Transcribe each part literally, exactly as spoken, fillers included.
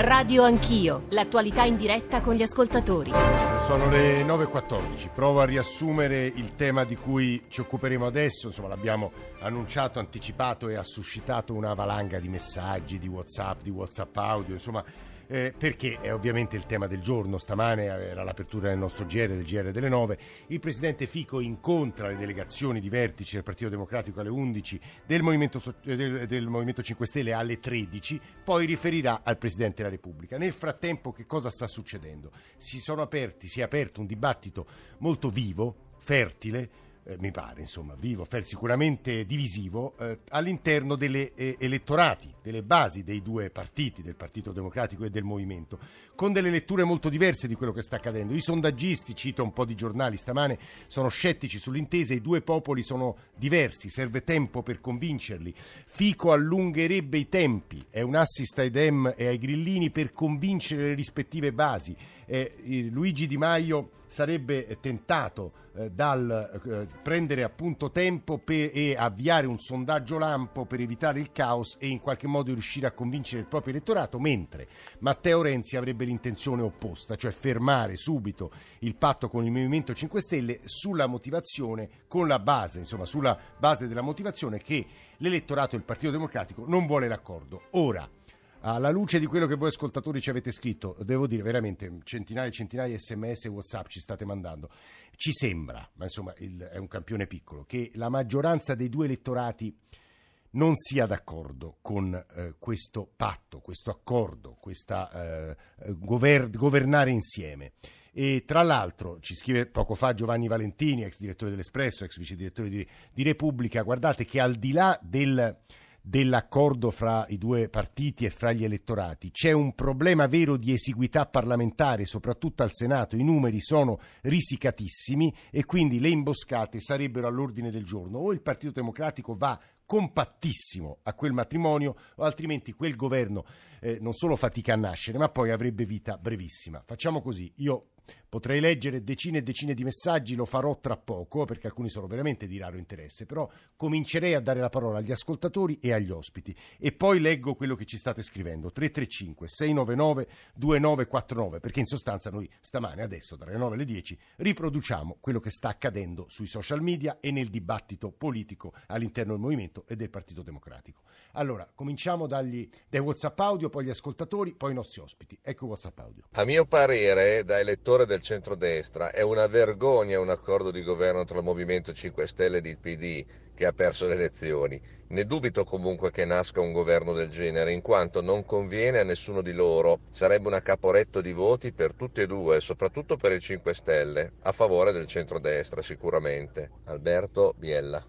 Radio Anch'io, l'attualità in diretta con gli ascoltatori. Sono le nove e quattordici, provo a riassumere il tema di cui ci occuperemo adesso. Insomma, l'abbiamo annunciato, anticipato e ha suscitato una valanga di messaggi, di WhatsApp, di WhatsApp audio, insomma, eh, perché è ovviamente il tema del giorno. Stamane era l'apertura del nostro G R, del G R delle nove. Il presidente Fico incontra le delegazioni di vertice del Partito Democratico alle undici, del Movimento, del, del Movimento cinque Stelle alle tredici, poi riferirà al Presidente della Repubblica. Nel frattempo che cosa sta succedendo? Si sono aperti, si è aperto un dibattito molto vivo, fertile, Eh, mi pare, insomma, vivo, fer- sicuramente divisivo, eh, all'interno delle eh, elettorati, delle basi dei due partiti, del Partito Democratico e del Movimento, con delle letture molto diverse di quello che sta accadendo. I sondaggisti, cito un po' di giornali stamane, sono scettici sull'intesa, i due popoli sono diversi, serve tempo per convincerli. Fico allungherebbe i tempi, è un assist ai Dem e ai Grillini per convincere le rispettive basi. Eh, Luigi Di Maio sarebbe tentato eh, dal eh, prendere appunto tempo per, e avviare un sondaggio lampo per evitare il caos e in qualche modo riuscire a convincere il proprio elettorato, mentre Matteo Renzi avrebbe l'intenzione opposta, cioè fermare subito il patto con il Movimento cinque Stelle sulla motivazione, con la base, insomma, sulla base della motivazione che l'elettorato del Partito Democratico non vuole l'accordo. Ora, alla luce di quello che voi ascoltatori ci avete scritto, devo dire veramente centinaia e centinaia di sms e WhatsApp ci state mandando, ci sembra, ma insomma il, è un campione piccolo, che la maggioranza dei due elettorati non sia d'accordo con eh, questo patto, questo accordo, questa eh, gover- governare insieme. E tra l'altro ci scrive poco fa Giovanni Valentini, ex direttore dell'Espresso, ex vice direttore di, di Repubblica, guardate che al di là del dell'accordo fra i due partiti e fra gli elettorati c'è un problema vero di esiguità parlamentare, soprattutto al Senato. I numeri sono risicatissimi e quindi le imboscate sarebbero all'ordine del giorno. O il Partito Democratico va compattissimo a quel matrimonio, o altrimenti quel governo eh, non solo fatica a nascere, ma poi avrebbe vita brevissima. Facciamo così, io potrei leggere decine e decine di messaggi, lo farò tra poco perché alcuni sono veramente di raro interesse, però comincerei a dare la parola agli ascoltatori e agli ospiti e poi leggo quello che ci state scrivendo. Tre tre cinque sei nove nove due nove quattro nove, perché in sostanza noi stamane, adesso dalle nove alle dieci, riproduciamo quello che sta accadendo sui social media e nel dibattito politico all'interno del Movimento e del Partito Democratico. Allora, cominciamo dagli, dai WhatsApp audio, poi gli ascoltatori, poi i nostri ospiti. Ecco WhatsApp audio. A mio parere, da elettore del centrodestra, è una vergogna un accordo di governo tra il Movimento cinque Stelle e il P D che ha perso le elezioni. Ne dubito comunque che nasca un governo del genere, in quanto non conviene a nessuno di loro. Sarebbe una caporetto di voti per tutti e due, soprattutto per il cinque Stelle, a favore del centrodestra sicuramente. Alberto Biella.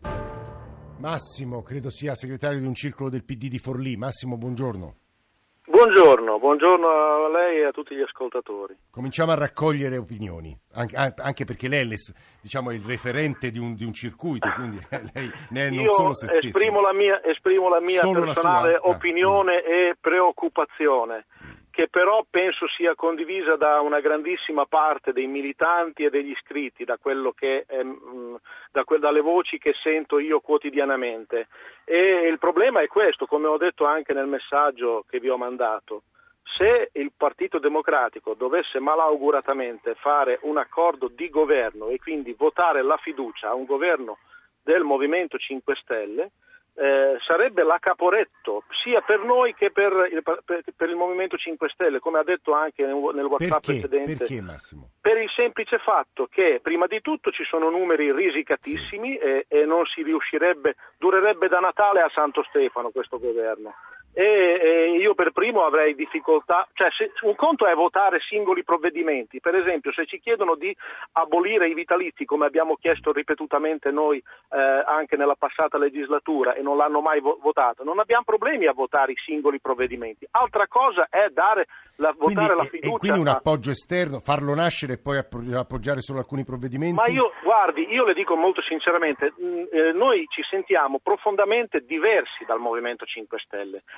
Massimo, credo sia segretario di un circolo del P D di Forlì. Massimo, buongiorno. Buongiorno, buongiorno a lei e a tutti gli ascoltatori. Cominciamo a raccogliere opinioni, anche, anche perché lei è, diciamo, il referente di un, di un circuito, quindi lei ne è non Io solo se stesso. Esprimo la mia, esprimo la mia Solo personale la sua? opinione ah. e preoccupazione, che però penso sia condivisa da una grandissima parte dei militanti e degli iscritti, da quello che è, da que- dalle voci che sento io quotidianamente. E il problema è questo, come ho detto anche nel messaggio che vi ho mandato: se il Partito Democratico dovesse malauguratamente fare un accordo di governo e quindi votare la fiducia a un governo del Movimento cinque Stelle, Eh, sarebbe la Caporetto sia per noi che per il, per, per il Movimento cinque Stelle, come ha detto anche nel, nel WhatsApp perché? precedente. Perché, Massimo? Per il semplice fatto che prima di tutto ci sono numeri risicatissimi, sì. e, e non si riuscirebbe, durerebbe da Natale a Santo Stefano questo governo. E, e io per primo avrei difficoltà, cioè se, un conto è votare singoli provvedimenti, per esempio se ci chiedono di abolire i vitalizi come abbiamo chiesto ripetutamente noi eh, anche nella passata legislatura e non l'hanno mai vo- votato, non abbiamo problemi a votare i singoli provvedimenti. Altra cosa è dare la, quindi, votare la e, fiducia. E quindi un a... appoggio esterno, farlo nascere e poi appoggiare solo alcuni provvedimenti? Ma io, guardi, io le dico molto sinceramente, mh, eh, noi ci sentiamo profondamente diversi dal Movimento cinque Stelle.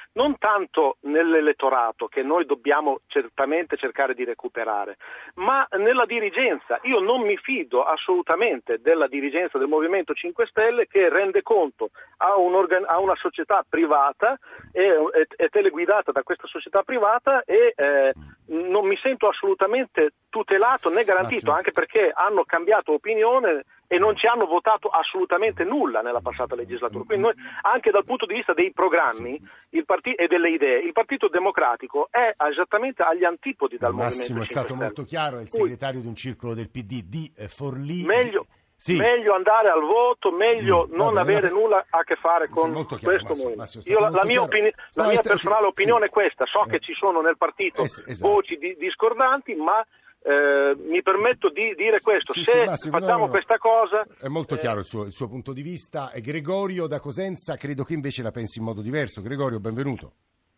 non tanto nell'elettorato, che noi dobbiamo certamente cercare di recuperare, ma nella dirigenza. Io non mi fido assolutamente della dirigenza del Movimento cinque Stelle, che rende conto a, un organ- a una società privata e è, è teleguidata da questa società privata e eh, non mi sento assolutamente tutelato né garantito, Massimo. anche perché hanno cambiato opinione e non ci hanno votato assolutamente nulla nella passata legislatura. Quindi noi, anche dal punto di vista dei programmi il parti- e delle idee, il Partito Democratico è esattamente agli antipodi dal Massimo Movimento è cinque stato Stelle. molto chiaro, è il segretario di un circolo del P D di eh, Forlì. Meglio, di... Sì. meglio andare al voto, meglio Mm, non vabbè, avere vabbè. nulla a che fare con Molto chiaro, questo Massimo, movimento. Massimo, è Io, stato la, la molto mia, chiaro. opini- la No, mia sta- personale sì, opinione sì. è questa. So Eh. che ci sono nel partito Es- esatto. voci di- discordanti, ma eh, mi permetto di dire questo. Sì, Se sì, Massimo, no, facciamo no, no. questa cosa... È molto eh, chiaro il suo, il suo punto di vista. E Gregorio da Cosenza credo che invece la pensi in modo diverso. Gregorio, benvenuto.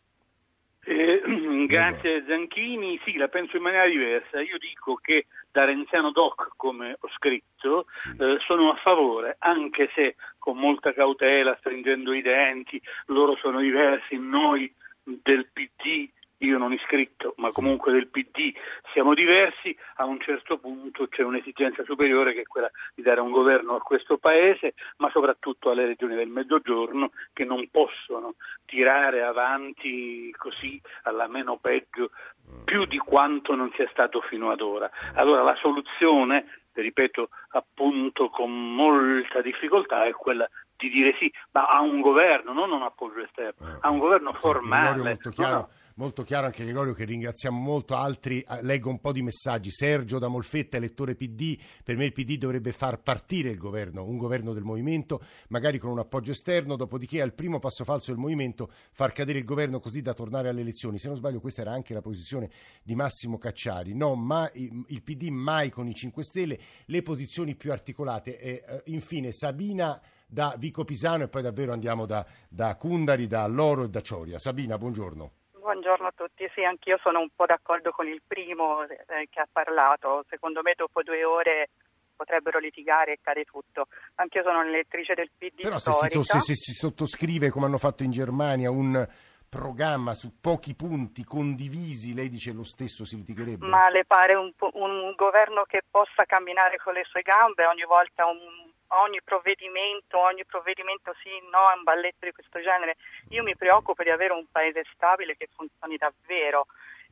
Eh, grazie Zanchini, sì, la penso in maniera diversa. Io dico che da renziano doc, come ho scritto, eh, sono a favore, anche se con molta cautela, stringendo i denti. Loro sono diversi, noi del P D, io non iscritto, ma comunque del P D siamo diversi. A un certo punto c'è un'esigenza superiore, che è quella di dare un governo a questo paese, ma soprattutto alle regioni del Mezzogiorno, che non possono tirare avanti così alla meno peggio più di quanto non sia stato fino ad ora. Allora la soluzione, ripeto appunto con molta difficoltà, è quella di dire sì, ma a un governo, non a un appoggio esterno, a un governo Sì, formale. Gregorio, molto chiaro. No, no. Molto chiaro anche Gregorio, che ringraziamo molto. Altri, eh, leggo un po' di messaggi. Sergio da Molfetta, elettore P D: per me il P D dovrebbe far partire il governo, un governo del movimento, magari con un appoggio esterno, dopodiché al primo passo falso del movimento far cadere il governo così da tornare alle elezioni. Se non sbaglio questa era anche la posizione di Massimo Cacciari. No, ma il P D mai con i cinque Stelle, le posizioni più articolate. E, eh, infine Sabina da Vico Pisano, e poi davvero andiamo da, da Cundari, da Loro e da Cioria. Sabina, buongiorno. Buongiorno a tutti, sì, anch'io sono un po' d'accordo con il primo eh, che ha parlato. Secondo me dopo due ore potrebbero litigare e cade tutto. Anch'io sono un'elettrice del P D Però se si, storica. se, se si sottoscrive, come hanno fatto in Germania, un programma su pochi punti condivisi, lei dice lo stesso si litigherebbe? Ma le pare un, po- un governo che possa camminare con le sue gambe ogni volta un ogni provvedimento, ogni provvedimento sì, no, è un balletto di questo genere. Io mi preoccupo di avere un paese stabile che funzioni davvero,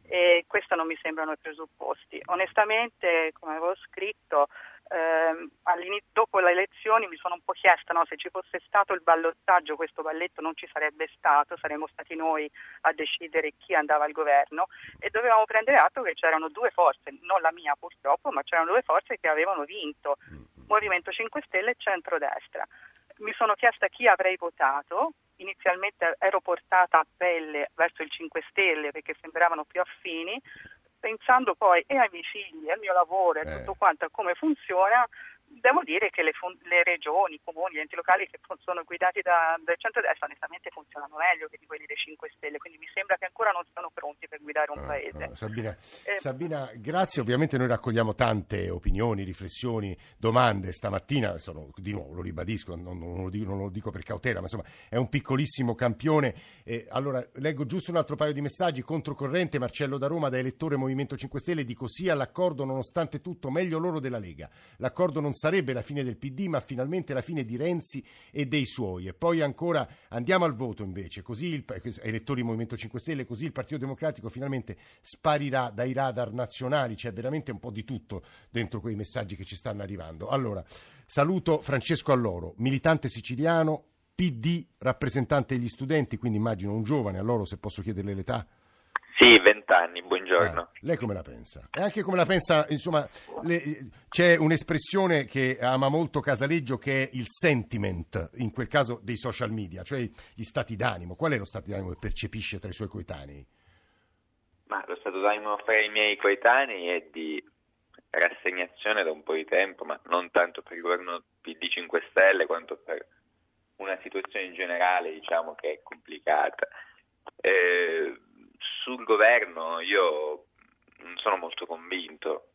e questo non mi sembrano i presupposti. Onestamente, come avevo scritto, ehm, dopo le elezioni mi sono un po' chiesta, no, se ci fosse stato il ballottaggio questo balletto non ci sarebbe stato, saremmo stati noi a decidere chi andava al governo, e dovevamo prendere atto che c'erano due forze, non la mia purtroppo, ma c'erano due forze che avevano vinto, Movimento cinque Stelle e centrodestra. Mi sono chiesta chi avrei votato. Inizialmente ero portata a pelle verso il cinque Stelle perché sembravano più affini, pensando poi e ai miei figli, al mio lavoro e Eh. tutto quanto, a come funziona. Devo dire che le, fun- le regioni, i comuni, gli enti locali che fun- sono guidati da, dal centrodestra onestamente funzionano meglio che di quelli dei cinque Stelle, quindi mi sembra che ancora non siano pronti per guidare un Ah, paese. ah, Sabina, Eh, Sabina, grazie. Ovviamente noi raccogliamo tante opinioni, riflessioni, domande stamattina. Sono, di nuovo lo ribadisco, non, non lo dico, non lo dico per cautela, ma insomma è un piccolissimo campione. Eh, allora leggo giusto un altro paio di messaggi. Controcorrente, Marcello da Roma, da elettore Movimento cinque Stelle: dico sì all'accordo nonostante tutto, meglio loro della Lega. L'accordo non sarebbe la fine del P D, ma finalmente la fine di Renzi e dei suoi. E poi ancora andiamo al voto invece, così il, elettori Movimento cinque Stelle, così il Partito Democratico finalmente sparirà dai radar nazionali. C'è veramente un po' di tutto dentro quei messaggi che ci stanno arrivando. Allora, saluto Francesco Alloro, militante siciliano, P D, rappresentante degli studenti, quindi immagino un giovane. Allora, se posso chiederle l'età? Sì, vent'anni, buongiorno. Ah, lei come la pensa? E anche come la pensa, insomma, le, c'è un'espressione che ama molto Casaleggio, che è il sentiment, in quel caso dei social media, cioè gli stati d'animo. Qual è lo stato d'animo che percepisce tra i suoi coetanei? Ma lo stato d'animo fra i miei coetanei è di rassegnazione da un po' di tempo, ma non tanto per il governo P D cinque Stelle quanto per una situazione in generale, diciamo, che è complicata. Eh, sul governo io non sono molto convinto,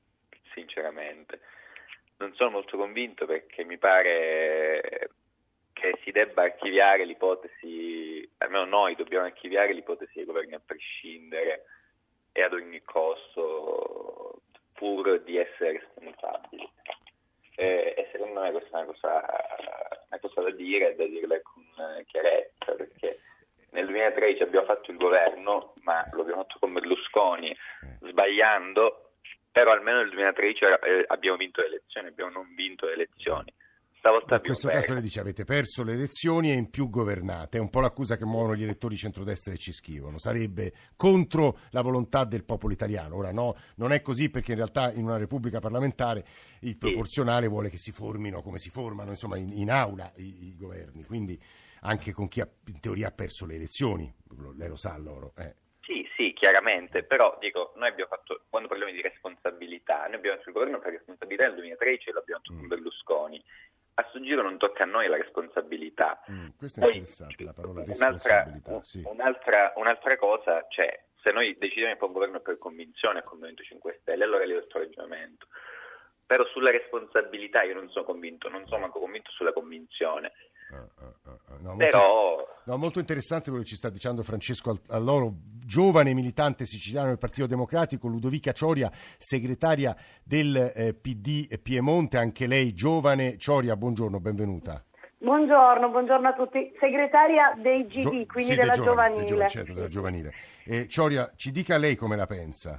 sinceramente. Non sono molto convinto perché mi pare che si debba archiviare l'ipotesi, almeno noi dobbiamo archiviare l'ipotesi dei governi a prescindere e ad ogni costo, pur di essere responsabili. E, e secondo me questa è una cosa, una cosa da dire e da dirla con chiarezza, perché nel duemilatredici abbiamo fatto il governo, ma lo abbiamo fatto con Berlusconi, sbagliando, però almeno nel duemilatredici abbiamo vinto le elezioni, abbiamo non vinto le elezioni. In questo caso lei dice avete perso le elezioni e in più governate, è un po' l'accusa che muovono gli elettori centrodestra e ci scrivono, sarebbe contro la volontà del popolo italiano. Ora no, non è così, perché in realtà in una repubblica parlamentare il proporzionale vuole che si formino come si formano, insomma, in, in aula i, i governi, quindi anche con chi ha, in teoria ha perso le elezioni, lei lo sa loro. Eh. Sì, sì, chiaramente, però dico, noi abbiamo fatto, quando parliamo di responsabilità, noi abbiamo fatto il governo per responsabilità nel duemilatredici e l'abbiamo fatto mm. con Berlusconi. A sto giro non tocca a noi la responsabilità. Mm, questo è interessante, la parola responsabilità. Un'altra, sì. un'altra, un'altra cosa, cioè, se noi decidiamo di fare un governo per convinzione come Movimento cinque Stelle, allora lì è il suo ragionamento. Però sulla responsabilità io non sono convinto, non sono manco convinto sulla convinzione. Uh, uh, uh, no, Però molto, no, molto interessante quello che ci sta dicendo Francesco Alloro, giovane militante siciliano del Partito Democratico, Ludovica Cioria, segretaria del eh, P D Piemonte, anche lei giovane. Cioria, buongiorno, benvenuta. Buongiorno, buongiorno a tutti. Segretaria dei G D, Gio- quindi sì, della giovani, giovanile. Giovani, certo, della giovanile. Eh, Cioria, ci dica lei come la pensa.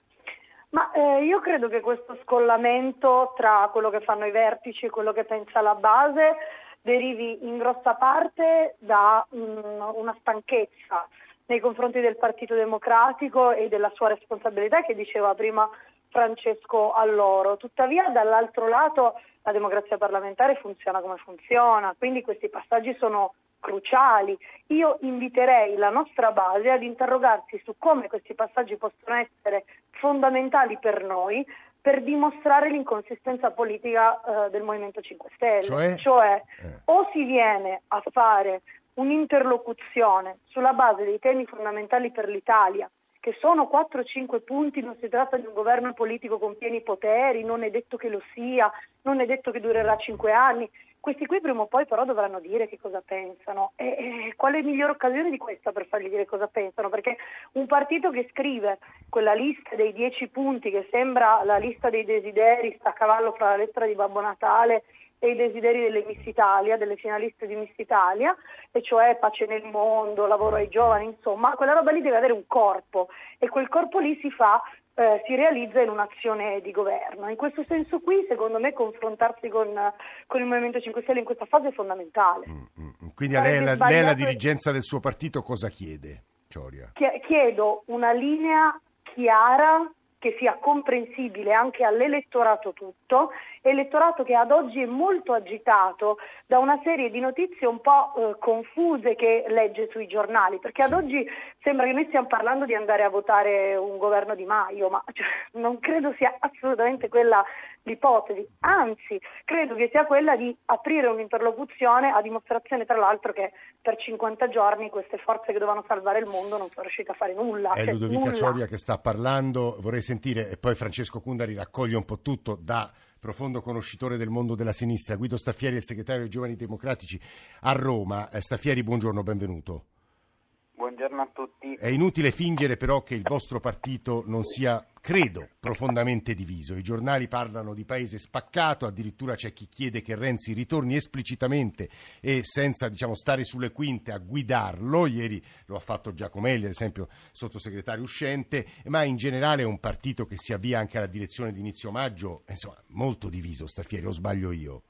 Ma eh, io credo che questo scollamento tra quello che fanno i vertici e quello che pensa la base derivi in grossa parte da um, una stanchezza nei confronti del Partito Democratico e della sua responsabilità, che diceva prima Francesco Alloro. Tuttavia, dall'altro lato, la democrazia parlamentare funziona come funziona, quindi questi passaggi sono cruciali. Io inviterei la nostra base ad interrogarsi su come questi passaggi possono essere fondamentali per noi, per dimostrare l'inconsistenza politica eh, del Movimento cinque Stelle. Cioè, cioè eh. o si viene a fare un'interlocuzione sulla base dei temi fondamentali per l'Italia, che sono quattro o cinque punti, non si tratta di un governo politico con pieni poteri, non è detto che lo sia, non è detto che durerà cinque anni. Questi qui prima o poi però dovranno dire che cosa pensano. E, e quale migliore occasione di questa per fargli dire cosa pensano? Perché un partito che scrive quella lista dei dieci punti, che sembra la lista dei desideri, sta a cavallo fra la lettera di Babbo Natale e i desideri delle Miss Italia, delle finaliste di Miss Italia, e cioè pace nel mondo, lavoro ai giovani, insomma, quella roba lì deve avere un corpo, e quel corpo lì si fa Eh, si realizza in un'azione di governo. In questo senso qui, secondo me, confrontarsi con, con il Movimento cinque Stelle in questa fase è fondamentale. Mm, mm. Quindi a lei, la, lei la dirigenza del suo partito cosa chiede, Cioria? Chiedo una linea chiara, che sia comprensibile anche all'elettorato tutto, elettorato che ad oggi è molto agitato da una serie di notizie un po' eh, confuse che legge sui giornali, perché ad oggi sembra che noi stiamo parlando di andare a votare un governo Di Maio, ma cioè, non credo sia assolutamente quella l'ipotesi, anzi credo che sia quella di aprire un'interlocuzione, a dimostrazione tra l'altro che per cinquanta giorni queste forze che dovevano salvare il mondo non sono riuscite a fare nulla. È cioè, Ludovica nulla. Cioria che sta parlando, vorrei sentire, e poi Francesco Cundari raccoglie un po' tutto da profondo conoscitore del mondo della sinistra. Guido Staffieri è il segretario dei Giovani Democratici a Roma. Eh, Staffieri, buongiorno, benvenuto. Buongiorno a tutti. È inutile fingere però che il vostro partito non sia, credo, profondamente diviso. I giornali parlano di paese spaccato, addirittura c'è chi chiede che Renzi ritorni esplicitamente e senza, diciamo, stare sulle quinte a guidarlo. Ieri lo ha fatto Giacomelli, ad esempio, sottosegretario uscente, ma in generale è un partito che si avvia anche alla direzione di inizio maggio, insomma, molto diviso. Staffieri, o sbaglio io?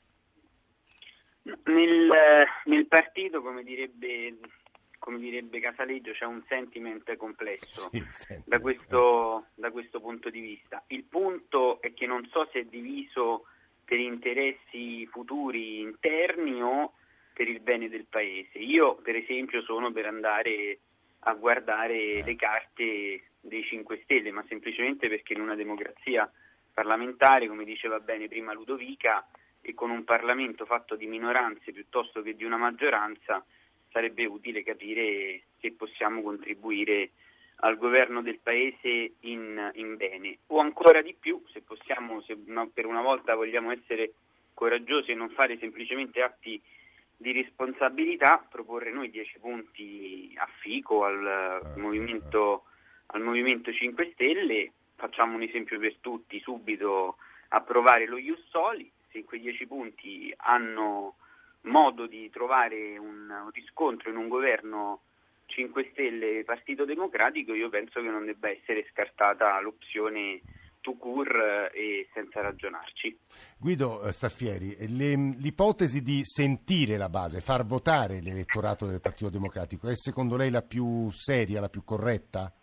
Nel, nel partito, come direbbe... come direbbe Casaleggio, c'è un sentiment complesso sì, da, questo, da questo punto di vista. Il punto è che non so se è diviso per interessi futuri interni o per il bene del paese. Io, per esempio, sono per andare a guardare le carte dei cinque Stelle, ma semplicemente perché in una democrazia parlamentare, come diceva bene prima Ludovica, e con un Parlamento fatto di minoranze piuttosto che di una maggioranza, sarebbe utile capire se possiamo contribuire al governo del Paese in, in bene, o ancora di più, se possiamo, se una, per una volta vogliamo essere coraggiosi e non fare semplicemente atti di responsabilità proporre noi dieci punti a Fico, al movimento, al Movimento cinque Stelle. Facciamo un esempio per tutti: subito approvare lo Ius Soli. Se quei dieci punti hanno modo di trovare un, un riscontro in un governo cinque Stelle Partito Democratico, io penso che non debba essere scartata l'opzione tout court e senza ragionarci. Guido Staffieri, le, l'ipotesi di sentire la base, far votare l'elettorato del Partito Democratico, è secondo lei la più seria, la più corretta?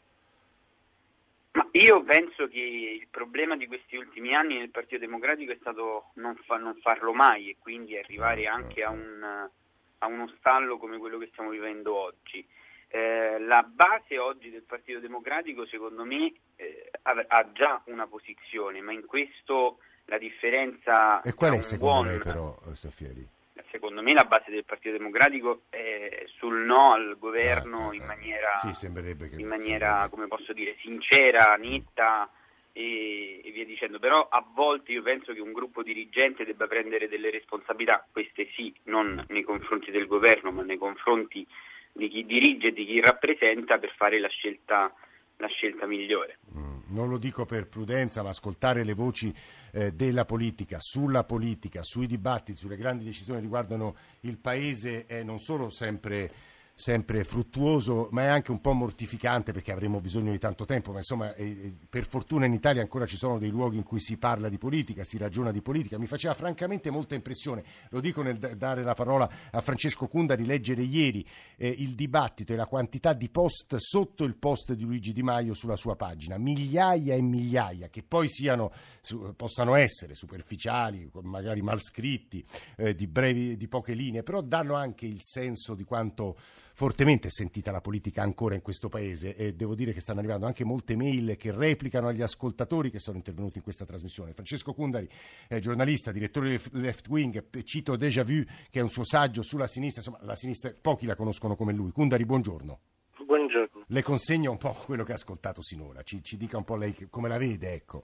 Ma io penso che il problema di questi ultimi anni nel Partito Democratico è stato non, fa, non farlo mai, e quindi arrivare anche a, un, a uno stallo come quello che stiamo vivendo oggi. Eh, la base oggi del Partito Democratico, secondo me, eh, ha, ha già una posizione, ma in questo la differenza... E qual è un secondo buon, lei però, Staffieri? Secondo me la base del Partito Democratico è sul no al governo ah, in maniera, sì, sembrerebbe che in maniera come posso dire, sincera, netta e, e via dicendo. Però a volte io penso che un gruppo dirigente debba prendere delle responsabilità, queste sì, non nei confronti del governo, ma nei confronti di chi dirige e di chi rappresenta, per fare la scelta la scelta migliore. Mm, non lo dico per prudenza, ma ascoltare le voci eh, della politica, sulla politica, sui dibattiti, sulle grandi decisioni che riguardano il Paese è non solo sempre, sempre fruttuoso, ma è anche un po' mortificante, perché avremo bisogno di tanto tempo, ma insomma eh, per fortuna in Italia ancora ci sono dei luoghi in cui si parla di politica, si ragiona di politica. Mi faceva francamente molta impressione, lo dico nel d- dare la parola a Francesco Cunda, di leggere ieri eh, il dibattito e la quantità di post sotto il post di Luigi Di Maio sulla sua pagina, migliaia e migliaia, che poi siano su, possano essere superficiali, magari mal scritti, eh, di brevi, di poche linee, però danno anche il senso di quanto fortemente sentita la politica ancora in questo Paese, e devo dire che stanno arrivando anche molte mail che replicano agli ascoltatori che sono intervenuti in questa trasmissione. Francesco Cundari è giornalista, direttore di Left Wing, cito Déjà Vu, che è un suo saggio sulla sinistra, insomma la sinistra pochi la conoscono come lui. Cundari, buongiorno. Buongiorno. Le consegno un po' quello che ha ascoltato sinora, ci, ci dica un po' lei come la vede, ecco.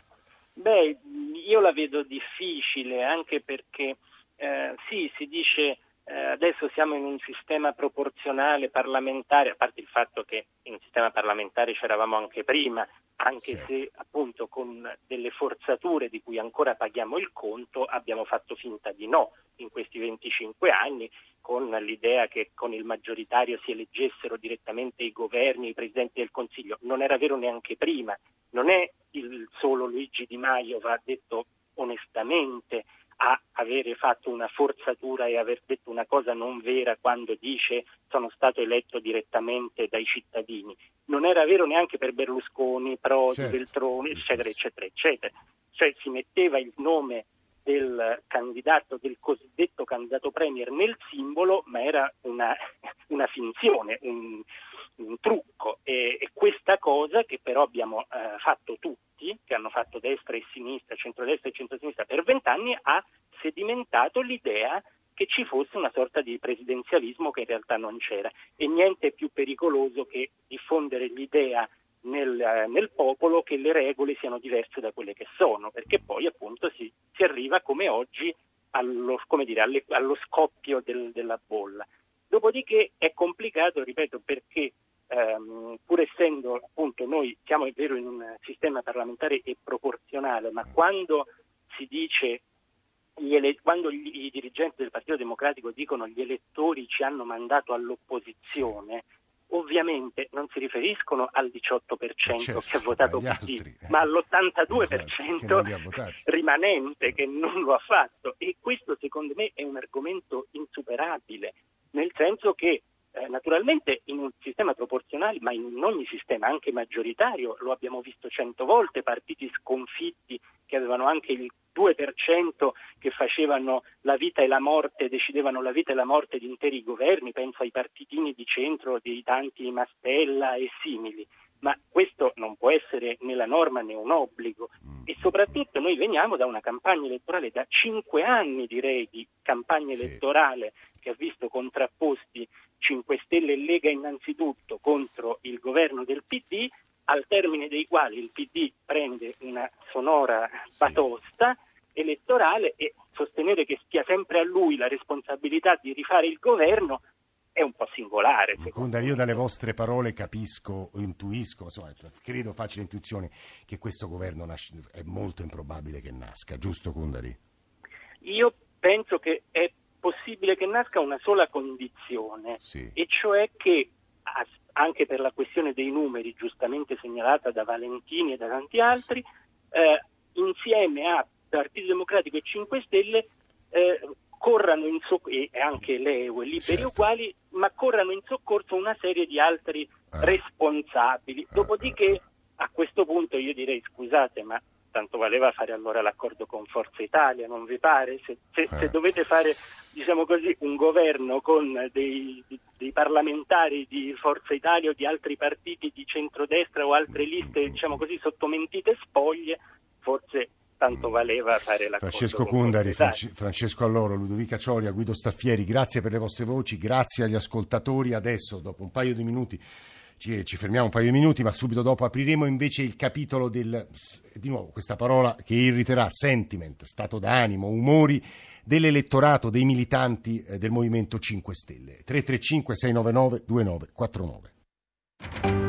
Beh, io la vedo difficile, anche perché eh, sì, si dice adesso siamo in un sistema proporzionale parlamentare, a parte il fatto che in un sistema parlamentare c'eravamo anche prima, anche certo. se appunto con delle forzature di cui ancora paghiamo il conto abbiamo fatto finta di no in questi venticinque anni, con l'idea che con il maggioritario si eleggessero direttamente i governi, i presidenti del Consiglio. Non era vero neanche prima, non è il solo Luigi Di Maio, va detto onestamente, a avere fatto una forzatura e aver detto una cosa non vera quando dice sono stato eletto direttamente dai cittadini. Non era vero neanche per Berlusconi, Prodi, certo. Veltroni, eccetera, eccetera, eccetera. Cioè si metteva il nome del candidato, del cosiddetto candidato premier nel simbolo, ma era una, una finzione, un, un trucco. E, e questa cosa che però abbiamo eh, fatto tutti, che hanno fatto destra e sinistra, centrodestra e centrosinistra per vent'anni, ha sedimentato l'idea che ci fosse una sorta di presidenzialismo che in realtà non c'era. E niente più pericoloso che diffondere l'idea nel, nel popolo che le regole siano diverse da quelle che sono, perché poi appunto si, si arriva come oggi allo, come dire, alle, allo scoppio del, della bolla. Dopodiché è complicato, ripeto, perché ehm, pur essendo appunto noi siamo è vero in un sistema parlamentare e proporzionale, ma quando si dice gli ele- quando gli, i dirigenti del Partito Democratico dicono gli elettori ci hanno mandato all'opposizione, ovviamente non si riferiscono al diciotto per cento certo, che ha votato P D, altri, eh. ma all'ottantadue per cento esatto, che rimanente che non lo ha fatto. E questo secondo me è un argomento insuperabile, nel senso che eh, naturalmente in un sistema proporzionale, ma in ogni sistema anche maggioritario, lo abbiamo visto cento volte, partiti sconfitti che avevano anche il due per cento che facevano la vita e la morte, decidevano la vita e la morte di interi governi, penso ai partitini di centro dei tanti Mastella e simili, ma questo non può essere né la norma né un obbligo. E soprattutto noi veniamo da una campagna elettorale, da cinque anni direi di campagna sì. elettorale che ha visto contrapposti cinque Stelle e Lega innanzitutto contro il governo del P D, al termine dei quali il P D prende una sonora batosta sì. elettorale, e sostenere che stia sempre a lui la responsabilità di rifare il governo è un po' singolare. Kundari, io dalle vostre parole capisco, intuisco, insomma, credo facile intuizione che questo governo nasce, è molto improbabile che nasca, giusto Kundari? Io penso che è possibile che nasca una sola condizione, sì. E cioè che anche per la questione dei numeri giustamente segnalata da Valentini e da tanti altri, eh, insieme a Partito Democratico e cinque Stelle eh, corrano in soccorso, e anche l'E U e Liberi certo. Uguali, ma corrano in soccorso una serie di altri eh. responsabili. Dopodiché a questo punto io direi scusate, ma tanto valeva fare allora l'accordo con Forza Italia, non vi pare? Se, se, eh. se dovete fare, diciamo così, un governo con dei, dei parlamentari di Forza Italia o di altri partiti di centrodestra o altre liste, diciamo così, sotto mentite spoglie, forse tanto valeva fare l'accordo. Francesco Kundari, Franci- Francesco Alloro, Ludovica Cioria, Guido Staffieri, grazie per le vostre voci, grazie agli ascoltatori. Adesso, dopo un paio di minuti, ci, ci fermiamo un paio di minuti, ma subito dopo apriremo invece il capitolo del, di nuovo, questa parola che irriterà, sentiment, stato d'animo, umori dell'elettorato, dei militanti eh, del Movimento cinque Stelle. tre tre cinque sei nove nove due nove quattro nove.